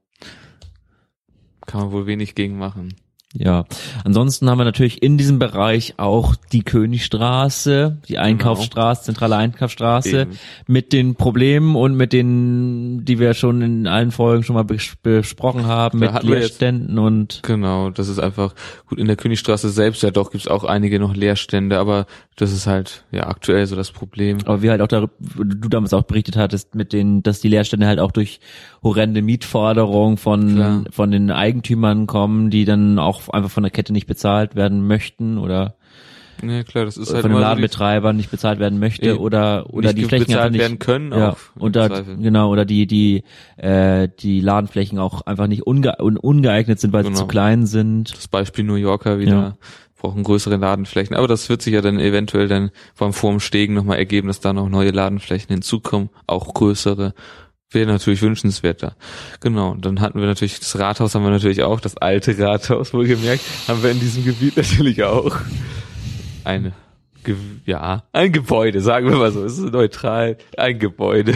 B: Kann man wohl wenig gegen machen.
A: Ja, ansonsten haben wir natürlich in diesem Bereich auch die Königstraße, die Einkaufsstraße, zentrale Einkaufsstraße,
B: Eben.
A: mit den Problemen und mit den, die wir schon in allen Folgen schon mal besprochen haben,
B: Da
A: mit
B: hatten wir jetzt-
A: Leerständen und
B: Genau, das ist einfach gut in der Königstraße selbst. Ja, doch gibt's auch einige noch Leerstände, aber das ist halt ja aktuell so das Problem.
A: aber wie halt auch du damals auch berichtet hattest, mit denen, dass die Leerstände halt auch durch horrende Mietforderungen
B: Klar.
A: von den Eigentümern kommen, die dann auch einfach von der Kette nicht bezahlt werden möchten oder
B: Ja klar, das ist halt
A: von den
B: immer so
A: Ladenbetreibern nicht bezahlt werden möchte
B: Eben.
A: oder
B: nicht
A: die Flächen einfach
B: bezahlt
A: nicht
B: werden können
A: ja,
B: auch. im
A: oder
B: Zweifel.
A: genau oder die Ladenflächen auch einfach nicht ungeeignet sind, weil sie
B: Genau.
A: zu klein sind.
B: Das Beispiel New Yorker wieder.
A: Ja.
B: Brauchen größere Ladenflächen. Aber das wird sich ja dann eventuell dann vor dem Stegen nochmal ergeben, dass da noch neue Ladenflächen hinzukommen. Auch größere. Wäre natürlich wünschenswerter. Genau. Und dann hatten wir natürlich das Rathaus, haben wir natürlich auch. Das alte Rathaus, wohlgemerkt, haben wir in diesem Gebiet natürlich auch. Ein Gebäude, sagen wir mal so. Es ist neutral. Ein Gebäude.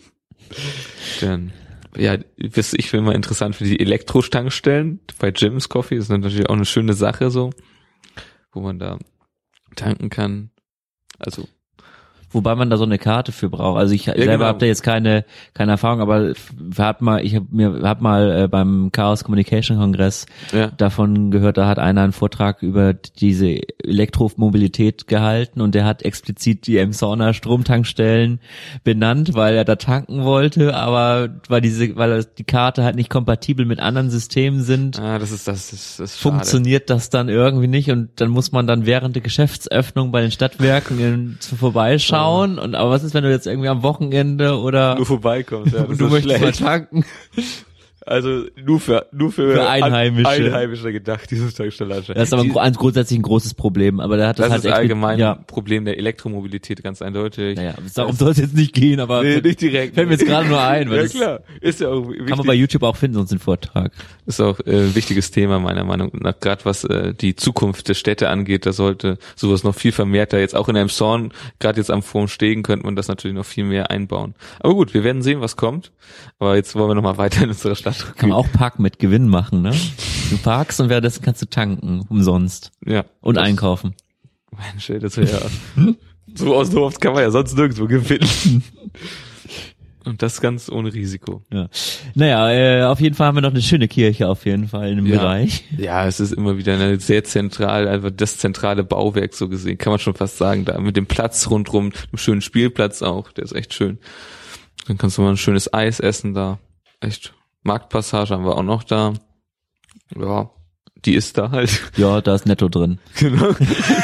B: Dann, ja, was ich finde mal interessant für die Elektrotankstellen bei Jim's Coffee ist natürlich auch eine schöne Sache so, wo man da tanken kann. Also
A: Wobei man da so eine Karte für braucht. Also ich selber
B: genau.
A: habe da jetzt keine Erfahrung, aber hab mal beim Chaos Communication Kongress
B: ja,
A: davon gehört, da hat einer einen Vortrag über diese Elektromobilität gehalten und der hat explizit die Emshorner Stromtankstellen benannt, weil er da tanken wollte, aber weil die Karte halt nicht kompatibel mit anderen Systemen sind,
B: das ist schade.
A: funktioniert das dann irgendwie nicht und dann muss man dann während der Geschäftsöffnung bei den Stadtwerken vorbeischauen. Und aber was ist, wenn du jetzt irgendwie am Wochenende oder
B: Nur vorbeikommst, ja, das
A: und du
B: ist
A: möchtest
B: schlecht.
A: mal tanken?
B: Also nur für
A: Einheimische.
B: Einheimische gedacht, dieses Tankstelle.
A: Das ist aber grundsätzlich ein großes Problem, aber der hat das
B: Das
A: halt
B: ist allgemein
A: ja.
B: ein Problem der Elektromobilität, ganz eindeutig.
A: Naja, darum soll es jetzt nicht gehen, aber
B: Nee, nicht direkt.
A: fällt mir jetzt gerade nur ein, weil
B: Ja
A: das
B: klar, ist ja auch wichtig.
A: kann man bei YouTube auch finden, sonst den Vortrag.
B: Ist auch ein wichtiges Thema meiner Meinung nach, gerade was die Zukunft der Städte angeht. Da sollte sowas noch viel vermehrter, jetzt auch in Elmshorn, gerade jetzt am Vorstegen könnte man das natürlich noch viel mehr einbauen. Aber gut, wir werden sehen, was kommt. Aber jetzt wollen wir noch mal weiter in unserer Stadt
A: Kann man auch Park mit Gewinn machen, ne? Du parkst und währenddessen kannst du tanken, umsonst.
B: Ja.
A: Und einkaufen.
B: Mensch, ey, das wäre ja, so ausdorft kann man ja sonst nirgendwo gewinnen. Und das ganz ohne Risiko.
A: Ja. Naja, auf jeden Fall haben wir noch eine schöne Kirche auf jeden Fall in dem Bereich.
B: Ja, es ist immer wieder eine sehr zentral, einfach das zentrale Bauwerk so gesehen, kann man schon fast sagen, da mit dem Platz rundrum, dem schönen Spielplatz auch, der ist echt schön. Dann kannst du mal ein schönes Eis essen da. Echt. Marktpassage haben wir auch noch da. Ja, die ist da halt.
A: Ja, da ist Netto drin.
B: Genau.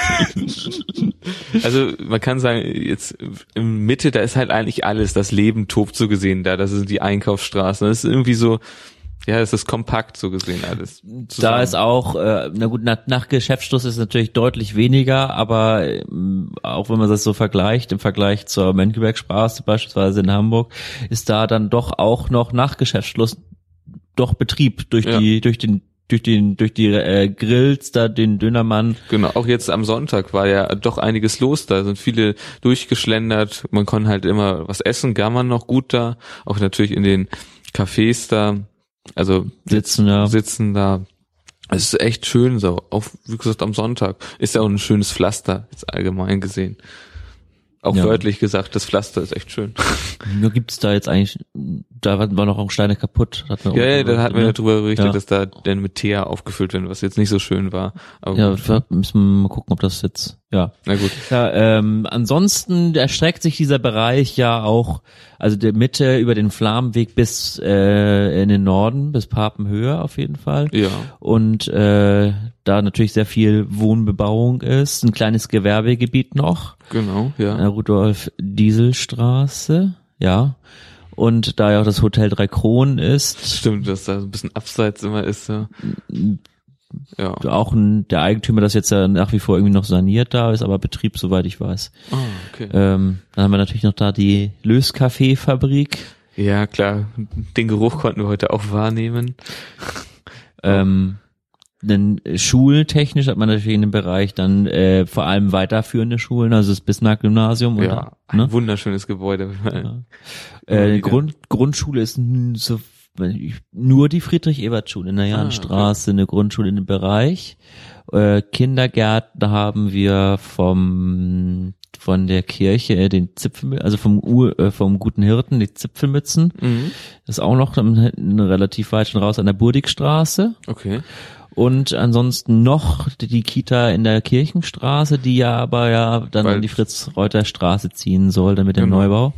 B: Also man kann sagen, jetzt in Mitte, da ist halt eigentlich alles, das Leben tobt so gesehen da, das sind die Einkaufsstraßen, das ist irgendwie so, ja, es ist kompakt so gesehen alles. Zusammen.
A: Da ist auch, na gut, nach Geschäftsschluss ist natürlich deutlich weniger, aber auch wenn man das so vergleicht, im Vergleich zur Mönckebergstraße beispielsweise in Hamburg, ist da dann doch auch noch nach Geschäftsschluss doch Betrieb durch die Grills, da den Dönermann.
B: Genau, auch jetzt am Sonntag war ja doch einiges los, da sind viele durchgeschlendert, man kann halt immer was essen, gar man noch gut da, auch natürlich in den Cafés da, also sitzen da. Es ist echt schön so, auch wie gesagt am Sonntag, ist ja auch ein schönes Pflaster, jetzt allgemein gesehen. Auch wörtlich gesagt, das Pflaster ist echt schön.
A: Nur gibt's da jetzt eigentlich, da war noch auch Steine kaputt.
B: Da hatten wir darüber berichtet, dass da dann mit Teer aufgefüllt werden, was jetzt nicht so schön war. Aber
A: ja, müssen wir mal gucken, ob das jetzt, ja.
B: Na gut.
A: Ja, ansonsten erstreckt sich dieser Bereich ja auch, also der Mitte über den Flammenweg bis in den Norden, bis Papenhöhe auf jeden Fall.
B: Ja.
A: Und da natürlich sehr viel Wohnbebauung ist, ein kleines Gewerbegebiet noch.
B: Genau, ja.
A: Rudolf-Diesel-Straße, ja. Und da ja auch das Hotel Drei Kronen ist.
B: Stimmt, dass da so ein bisschen abseits immer ist, ja. Ja.
A: Auch der Eigentümer, das jetzt ja nach wie vor irgendwie noch saniert da ist, aber Betrieb, soweit ich weiß.
B: Ah, okay.
A: Dann haben wir natürlich noch da die Löskaffee-Fabrik.
B: Ja, klar. Den Geruch konnten wir heute auch wahrnehmen.
A: Denn schultechnisch hat man natürlich in dem Bereich dann vor allem weiterführende Schulen, also das Bismarck-Gymnasium.
B: Ja, ein wunderschönes Gebäude.
A: Ja. Grundschule ist nur die Friedrich-Ebert-Schule in der Jahnstraße, eine Grundschule in dem Bereich. Kindergärten haben wir von der Kirche den Zipfelmützen, also vom Guten Hirten die Zipfelmützen. Mhm. Das ist auch noch relativ weit schon raus an der Burdigstraße.
B: Okay.
A: Und ansonsten noch die Kita in der Kirchenstraße, die ja aber dann an die Fritz-Reuter-Straße ziehen soll, dann mit dem Neubau.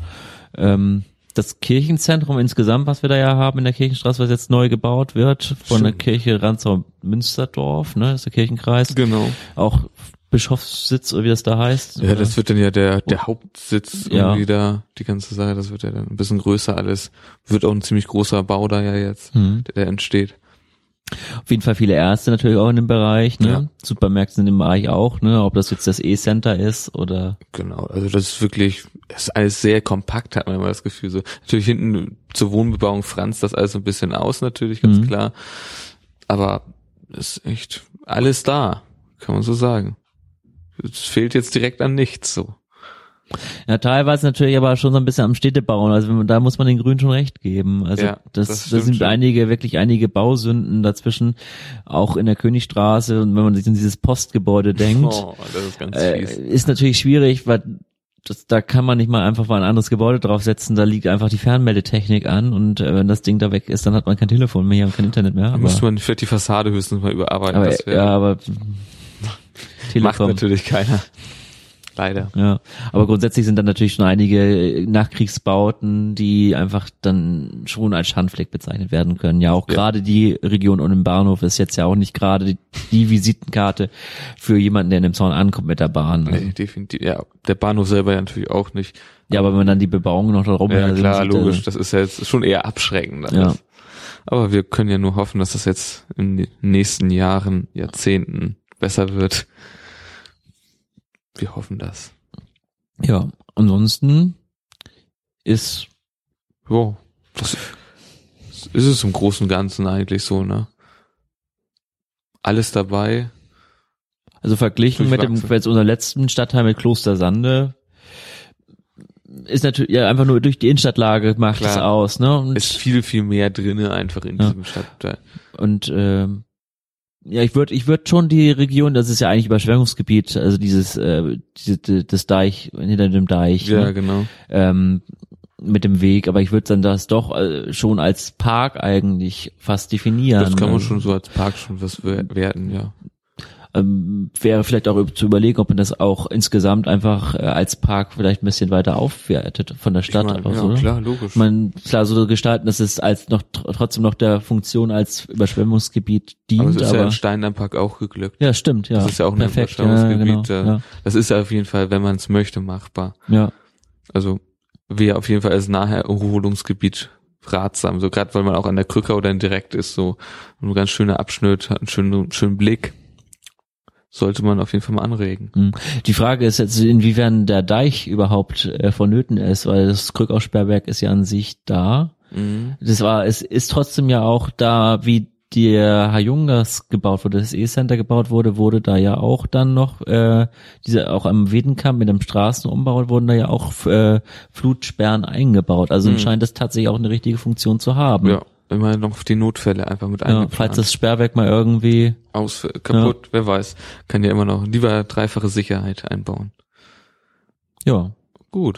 A: Das Kirchenzentrum insgesamt, was wir da ja haben in der Kirchenstraße, was jetzt neu gebaut wird, von der Kirche Ranzau-Münsterdorf, ne, ist der Kirchenkreis.
B: Genau.
A: Auch Bischofssitz, oder wie das da heißt.
B: Ja, das wird dann ja der Hauptsitz irgendwie da, die ganze Sache, das wird ja dann ein bisschen größer alles. Wird auch ein ziemlich großer Bau da ja jetzt, der entsteht.
A: Auf jeden Fall viele Ärzte natürlich auch in dem Bereich, ne? Ja. Supermärkte in dem Bereich auch, ne? Ob das jetzt das E-Center ist oder.
B: Genau, also das ist wirklich, das ist alles sehr kompakt, hat man immer das Gefühl so. Natürlich hinten zur Wohnbebauung franzt das alles ein bisschen aus, natürlich, ganz klar. Aber es ist echt alles da, kann man so sagen. Es fehlt jetzt direkt an nichts, so.
A: Ja, teilweise natürlich aber schon so ein bisschen am Städtebau. Also da muss man den Grünen schon recht geben. Also
B: ja,
A: das sind schon einige Bausünden dazwischen, auch in der Königstraße. Und wenn man sich in dieses Postgebäude denkt,
B: das ist ganz fies.
A: Ist natürlich schwierig, weil da kann man nicht mal einfach mal ein anderes Gebäude draufsetzen. Da liegt einfach die Fernmeldetechnik an und wenn das Ding da weg ist, dann hat man kein Telefon mehr und kein Internet mehr.
B: Da müsste man vielleicht die Fassade höchstens mal überarbeiten.
A: Aber
B: Telekom macht natürlich keiner. Leider.
A: Ja, aber grundsätzlich sind dann natürlich schon einige Nachkriegsbauten, die einfach dann schon als Schandfleck bezeichnet werden können. Ja, auch gerade die Region um den Bahnhof ist jetzt ja auch nicht gerade die Visitenkarte für jemanden, der in dem Zaun ankommt mit der Bahn.
B: Also. Nee, definitiv. Ja, der Bahnhof selber ja natürlich auch nicht.
A: Ja, aber wenn man dann die Bebauung noch da rum
B: ja, klar, logisch. Das ist ja jetzt schon eher abschreckend.
A: Ja.
B: Aber wir können ja nur hoffen, dass das jetzt in den nächsten Jahren, Jahrzehnten besser wird. Wir hoffen das.
A: Ja, ansonsten ist
B: das ist es im Großen und Ganzen eigentlich so, ne? Alles dabei.
A: Also verglichen mit unserem letzten Stadtteil mit Klostersande ist natürlich ja einfach nur durch die Innenstadtlage macht es aus, ne? Und
B: ist viel, viel mehr drinne einfach in diesem Stadtteil.
A: Und ja, ich würd schon die Region, das ist ja eigentlich Überschwemmungsgebiet, also das Deich, hinter dem Deich.
B: Ja,
A: ne?
B: genau.
A: Mit dem Weg, aber ich würde dann das doch schon als Park eigentlich fast definieren.
B: Das kann man schon so als Park schon was werten, ja.
A: Wäre vielleicht auch zu überlegen, ob man das auch insgesamt einfach als Park vielleicht ein bisschen weiter aufwertet von der Stadt aus,
B: ja,
A: oder?
B: Klar, logisch.
A: Klar, so gestalten, dass es als noch trotzdem noch der Funktion als Überschwemmungsgebiet dient.
B: Aber es ist ja in Steindammpark auch geglückt.
A: Ja, stimmt, ja.
B: Das ist ja auch ein
A: perfekt,
B: Überschwemmungsgebiet.
A: Ja, genau,
B: Das ist ja auf jeden Fall, wenn man es möchte, machbar.
A: Ja.
B: Also wäre auf jeden Fall als Naherholungsgebiet ratsam, so gerade weil man auch an der Krückau dann direkt ist, so ein ganz schöner Abschnitt, hat einen schönen Blick. Sollte man auf jeden Fall mal anregen.
A: Die Frage ist jetzt, inwiefern der Deich überhaupt vonnöten ist, weil das Krückau-Sperrwerk ist ja an sich da. Es ist trotzdem ja auch da, wie der Hayungas gebaut wurde, das E-Center gebaut wurde da ja auch dann noch, auch am Wedenkamp mit dem Straßenumbau wurden da ja auch Flutsperren eingebaut. Also scheint das tatsächlich auch eine richtige Funktion zu haben.
B: Ja, immer noch die Notfälle einfach mit eingeplant.
A: Falls das Sperrwerk mal irgendwie
B: kaputt, wer weiß, kann ja immer noch lieber dreifache Sicherheit einbauen.
A: Ja.
B: Gut.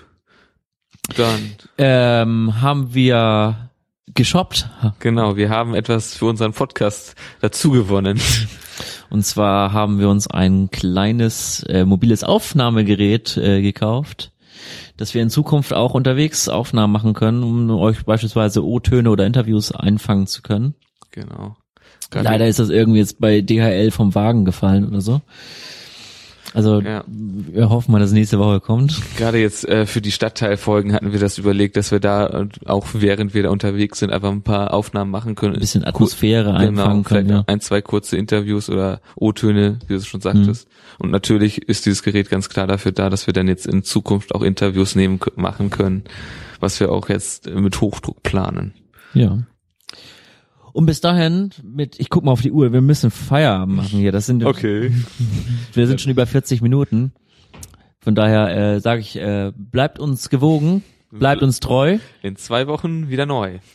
B: Dann
A: haben wir geshoppt.
B: Genau, wir haben etwas für unseren Podcast dazu gewonnen.
A: Und zwar haben wir uns ein kleines mobiles Aufnahmegerät gekauft, dass wir in Zukunft auch unterwegs Aufnahmen machen können, um euch beispielsweise O-Töne oder Interviews einfangen zu können.
B: Genau.
A: Leider ist das irgendwie jetzt bei DHL vom Wagen gefallen oder so. Also wir hoffen mal, dass nächste Woche kommt.
B: Gerade jetzt für die Stadtteilfolgen hatten wir das überlegt, dass wir da auch während wir da unterwegs sind einfach ein paar Aufnahmen machen können.
A: Ein bisschen Atmosphäre einfangen können.
B: Vielleicht ein, zwei kurze Interviews oder O-Töne, wie du es schon sagtest. Und natürlich ist dieses Gerät ganz klar dafür da, dass wir dann jetzt in Zukunft auch Interviews machen können, was wir auch jetzt mit Hochdruck planen.
A: Ja. Und bis dahin, ich guck mal auf die Uhr, wir müssen Feierabend machen hier. Das sind
B: okay.
A: Wir sind schon über 40 Minuten. Von daher sage ich, bleibt uns gewogen, bleibt uns treu.
B: In 2 Wochen wieder neu.